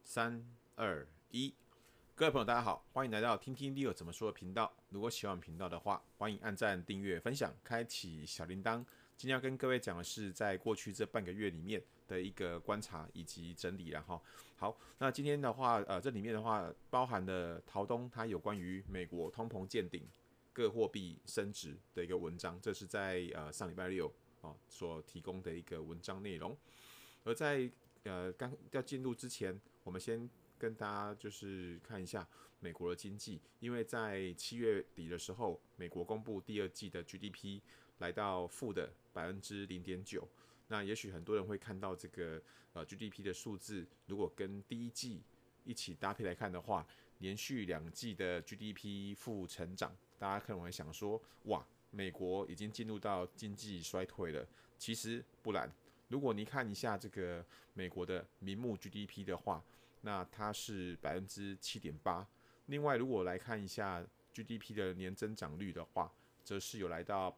3、2、1，各位朋友，大家好，欢迎来到听听 Leo 怎么说的频道。如果喜欢频道的话，欢迎按赞、订阅、分享，开启小铃铛。今天要跟各位讲的是，在过去这半个月里面的一个观察以及整理啦哈。好，那今天的话，这里面的话包含了陶东他有关于美国通膨见顶、各货币升值的一个文章，这是在上礼拜六所提供的一个文章内容。而在刚要进入之前，我们先跟大家就是看一下美国的经济，因为在7月底的时候，美国公布第二季的 GDP 来到负的0.9%。那也许很多人会看到这个GDP 的数字，如果跟第一季一起搭配来看的话，连续2季的 GDP 负成长，大家可能会想说，哇，美国已经进入到经济衰退了。其实不然，如果你看一下这个美国的名目 GDP 的话，那它是7.8%。另外，如果来看一下 GDP 的年增长率的话，则是有来到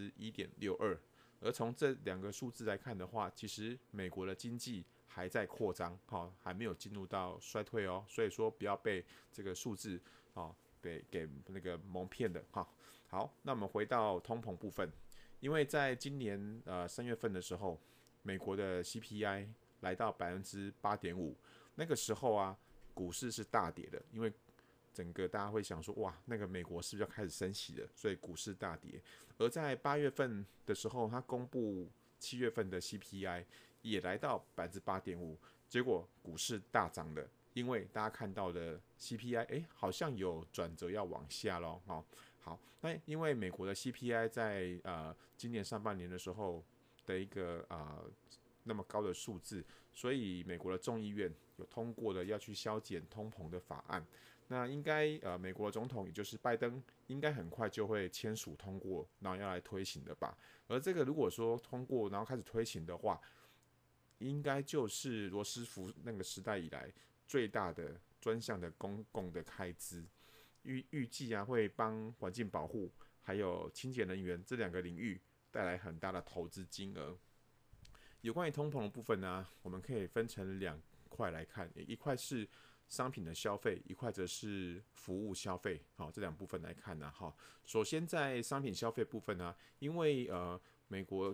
1.62%。而从这2个数字来看的话，其实美国的经济还在扩张，还没有进入到衰退哦。所以说，不要被这个数字给那个蒙骗的哈。好，那我们回到通膨部分，因为在今年3月份的时候，美国的 CPI 来到8.5%，那个时候啊，股市是大跌的，因为整个大家会想说，哇，那个美国是不是要开始升息了？所以股市大跌。而在8月份的时候，它公布7月份的 CPI 也来到8.5%，结果股市大涨了，因为大家看到的 CPI，好像有转折要往下咯。好，那因为美国的 CPI 在今年上半年的时候的一个那么高的数字，所以美国的众议院有通过了要去削减通膨的法案。那应该美国的总统也就是拜登，应该很快就会签署通过，然后要来推行的吧。而这个如果说通过，然后开始推行的话，应该就是罗斯福那个时代以来最大的专项的公共的开支。预计会帮环境保护还有清洁能源这2个领域带来很大的投资金额。有关于通膨的部分呢，我们可以分成2块来看，一块是商品的消费，一块则是服务消费。好，这2部分来看呢，首先在商品消费部分呢，因为美国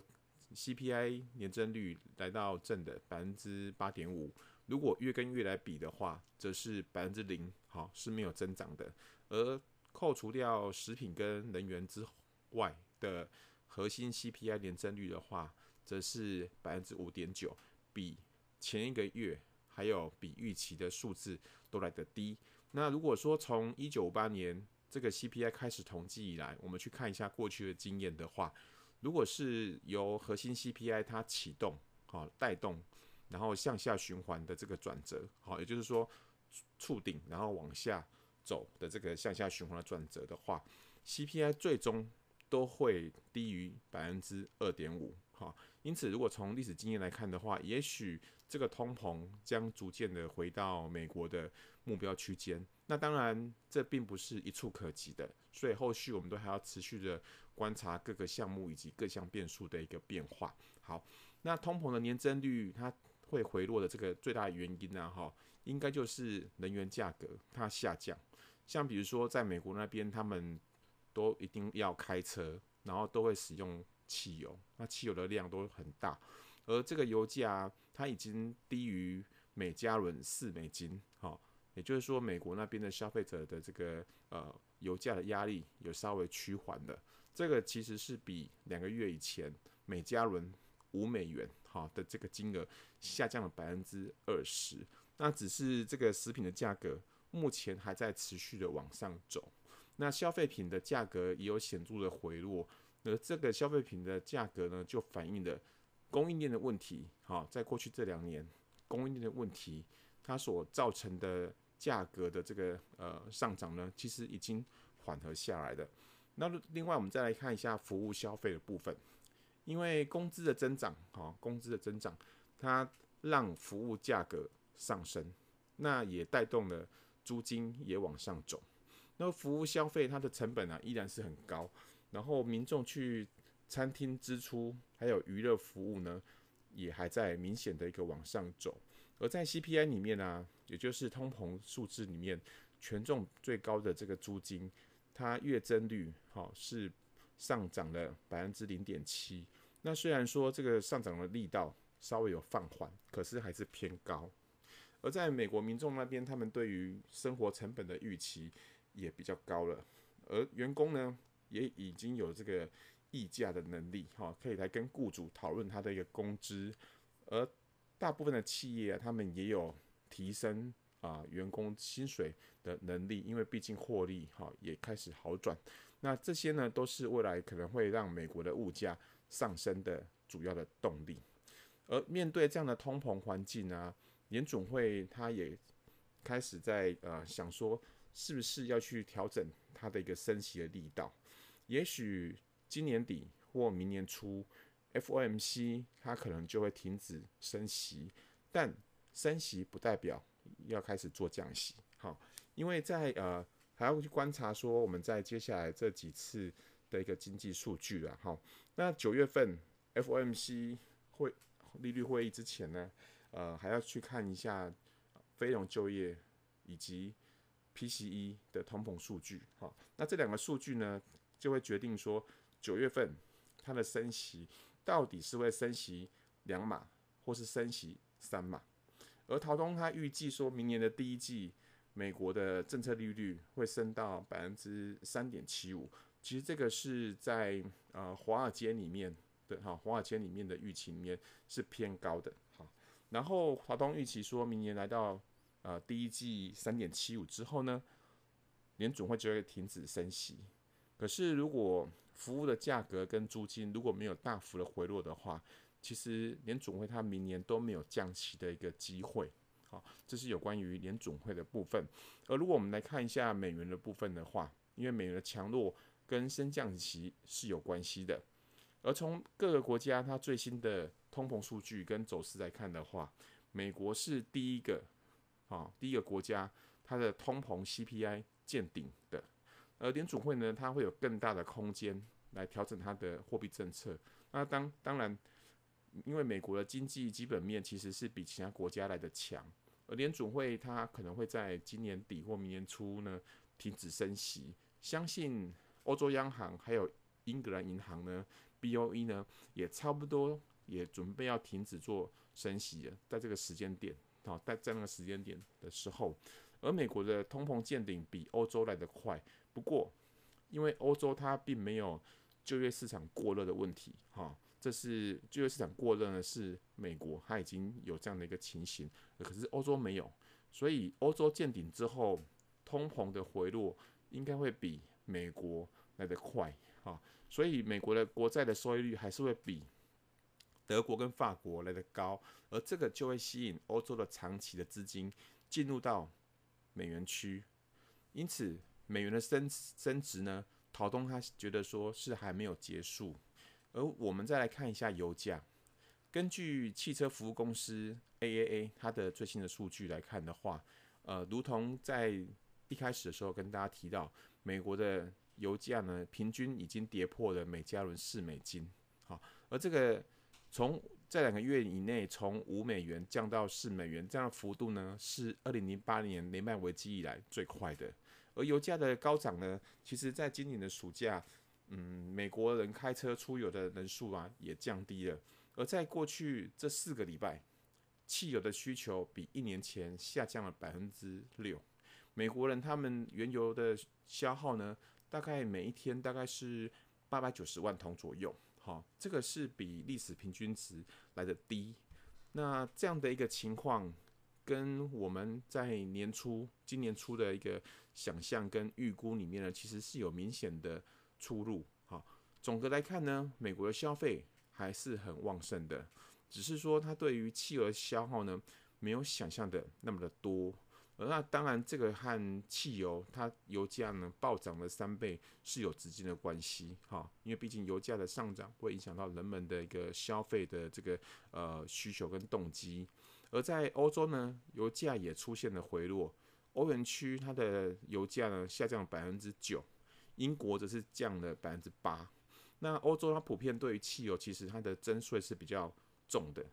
CPI 年增率来到正的8.5%，如果月跟月来比的话，则是0%，是没有增长的。而扣除掉食品跟能源之外的核心 CPI 年增率的话，则是5.9%，比前一个月还有比预期的数字都来得低。那如果说从1958年这个 CPI 开始统计以来，我们去看一下过去的经验的话，如果是由核心 CPI 它启动带动，然后向下循环的这个转折，也就是说触顶然后往下走的这个向下循环的转折的话， CPI 最终都会低于2.5%。因此如果从历史经验来看的话，也许这个通膨将逐渐的回到美国的目标区间。那当然这并不是一触可及的，所以后续我们都还要持续的观察各个项目以及各项变数的一个变化。好，那通膨的年增率它会回落的这个最大的原因应该就是能源价格它下降。像比如说在美国那边，他们都一定要开车，然后都会使用汽油，那汽油的量都很大，而这个油价它已经低于每加仑$4，也就是说美国那边的消费者的这个油价的压力有稍微趋缓了。这个其实是比2个月以前每加仑$5的这个金额下降了20%。那只是这个食品的价格目前还在持续的往上走，那消费品的价格也有显著的回落。而这个消费品的价格呢，就反映了供应链的问题。在过去这2年，供应链的问题它所造成的价格的这个上涨呢，其实已经缓和下来了。那另外我们再来看一下服务消费的部分，因为工资的增长，它让服务价格上升，那也带动了租金也往上走。那服务消费它的成本依然是很高，然后民众去餐厅支出还有娱乐服务呢，也还在明显的一个往上走。 而在 CPI 里面啊，也就是通膨数字里面，权重最高的这个租金，它月增率是上涨了0.7%。那虽然说这个上涨的力道稍微有放缓，可是还是偏高。而在美国民众那边，他们对于生活成本的预期也比较高了，而员工呢也已经有这个议价的能力，可以来跟雇主讨论他的一个工资。而大部分的企业啊，他们也有提升员工薪水的能力，因为毕竟获利也开始好转。那这些呢，都是未来可能会让美国的物价上升的主要的动力。而面对这样的通膨环境啊，联准会它也开始在想说，是不是要去调整它的一个升息的力道？也许今年底或明年初，FOMC 它可能就会停止升息，但升息不代表要开始做降息。好，因为在还要去观察说我们在接下来这几次的一个经济数据啦。好，那9月份 FOMC 利率会议之前呢，还要去看一下非农就业以及 PCE 的通膨数据。好，那这两个数据呢，就会决定说9月份它的升息到底是会升息2码，或是升息3码。而陶东他预计说，明年的第一季美国的政策利率会升到3.75%。其实这个是在华尔街里面的华尔街里面的预期里面是偏高的。好，然后陶东预期说明年来到第一季3.75之后呢，联准会就会停止升息。可是如果服务的价格跟租金如果没有大幅的回落的话，其实联准会它明年都没有降息的一个机会。好，这是有关于联准会的部分。而如果我们来看一下美元的部分的话，因为美元的强弱跟升降息是有关系的。而从各个国家它最新的通膨数据跟走势来看的话，美国是第一个国家，它的通膨 CPI 见顶的。而联准会呢，它会有更大的空间来调整它的货币政策。那当然，因为美国的经济基本面其实是比其他国家来的强，而联准会它可能会在今年底或明年初呢停止升息。相信欧洲央行还有英格兰银行呢 BOE 呢也差不多也准备要停止做升息了，在这个时间点，在那个时间点的时候。而美国的通膨见顶比欧洲来得快，不过因为欧洲它并没有就业市场过热的问题，这是就业市场过热呢，是美国它已经有这样的一个情形，可是欧洲没有，所以欧洲见顶之后，通膨的回落应该会比美国来得快，所以美国的国债的收益率还是会比德国跟法国来得高，而这个就会吸引欧洲的长期的资金进入到美元区，因此美元的升值呢，陶东他觉得说是还没有结束。而我们再来看一下油价，根据汽车服务公司 AAA 它的最新的数据来看的话，如同在一开始的时候跟大家提到，美国的油价呢平均已经跌破了每加仑$4。好，而这个从这2个月以内，从$5降到$4，这样的幅度呢，是2008年雷曼危机以来最快的。而油价的高涨呢，其实在今年的暑假，美国人开车出游的人数也降低了。而在过去这4个礼拜，汽油的需求比1年前下降了6%。美国人他们原油的消耗呢，大概每一天大概是890万桶左右。这个是比历史平均值来的低。那这样的一个情况，跟我们在今年初的一个想象跟预估里面呢，其实是有明显的出入。总的来看呢，美国的消费还是很旺盛的，只是说它对于汽油的消耗呢，没有想象的那么的多。那当然，这个和汽油它油价呢暴涨了3倍是有直接的关系，因为毕竟油价的上涨会影响到人们的一个消费的这个需求跟动机。而在欧洲呢，油价也出现了回落，欧元区它的油价呢下降了9%，英国则是降了8%。那欧洲它普遍对于汽油其实它的征税是比较重的。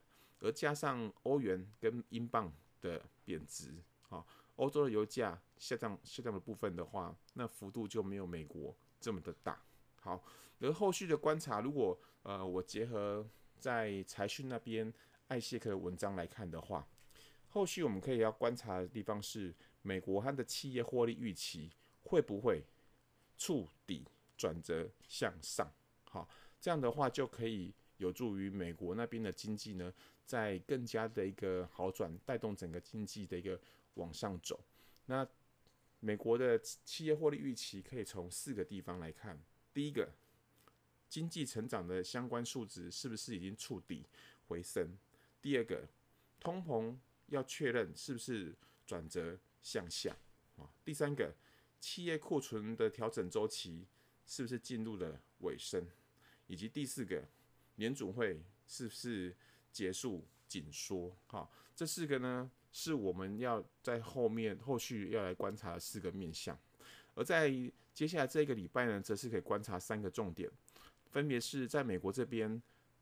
而加上欧元跟英镑的贬值，欧洲的油价下降的部分的话，那幅度就没有美国这么的大。好，而后续的观察，如果我结合在财讯那边艾谢克的文章来看的话，后续我们可以要观察的地方是美国它的企业获利预期会不会触底转折向上。好，这样的话就可以有助于美国那边的经济呢，在更加的一个好转，带动整个经济的一个往上走。那美国的企业获利预期可以从4个地方来看。第一个，经济成长的相关数值是不是已经触底回升？第二个，通膨要确认是不是转折向下？第三个，企业库存的调整周期是不是进入了尾声？以及第4个，联准会是不是结束紧缩？这4个呢，是我们要在后续要来观察的4个面向。而在接下来这个礼拜呢，则是可以观察3个重点，分别是在美国这边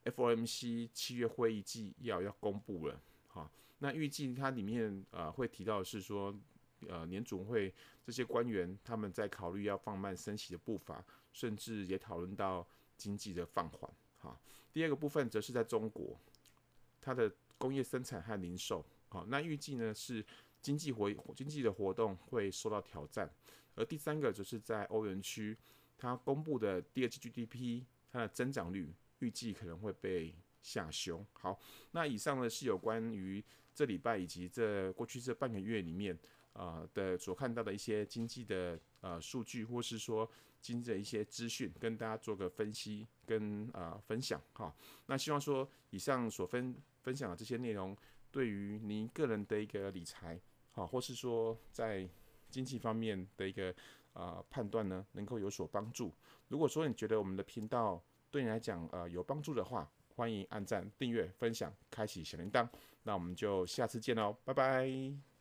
FOMC 7月会议纪要公布了，那预计它里面会提到的是说，联准会这些官员他们在考虑要放慢升息的步伐，甚至也讨论到经济的放缓。第2个部分则是在中国，它的工业生产和零售，那预计呢是经济的活动会受到挑战。而第3个则是在欧元区，它公布的第2季 GDP 它的增长率预计可能会被下修。好，那以上呢是有关于这礼拜以及过去这半个月里面的所看到的一些经济的数据，或是说经济的一些资讯，跟大家做个分析跟分享。那希望说以上所分享的这些内容，对于您个人的一个理财，或是说在经济方面的一个判断呢，能够有所帮助。如果说你觉得我们的频道对你来讲有帮助的话，欢迎按赞、订阅、分享、开启小铃铛。那我们就下次见喽，拜拜。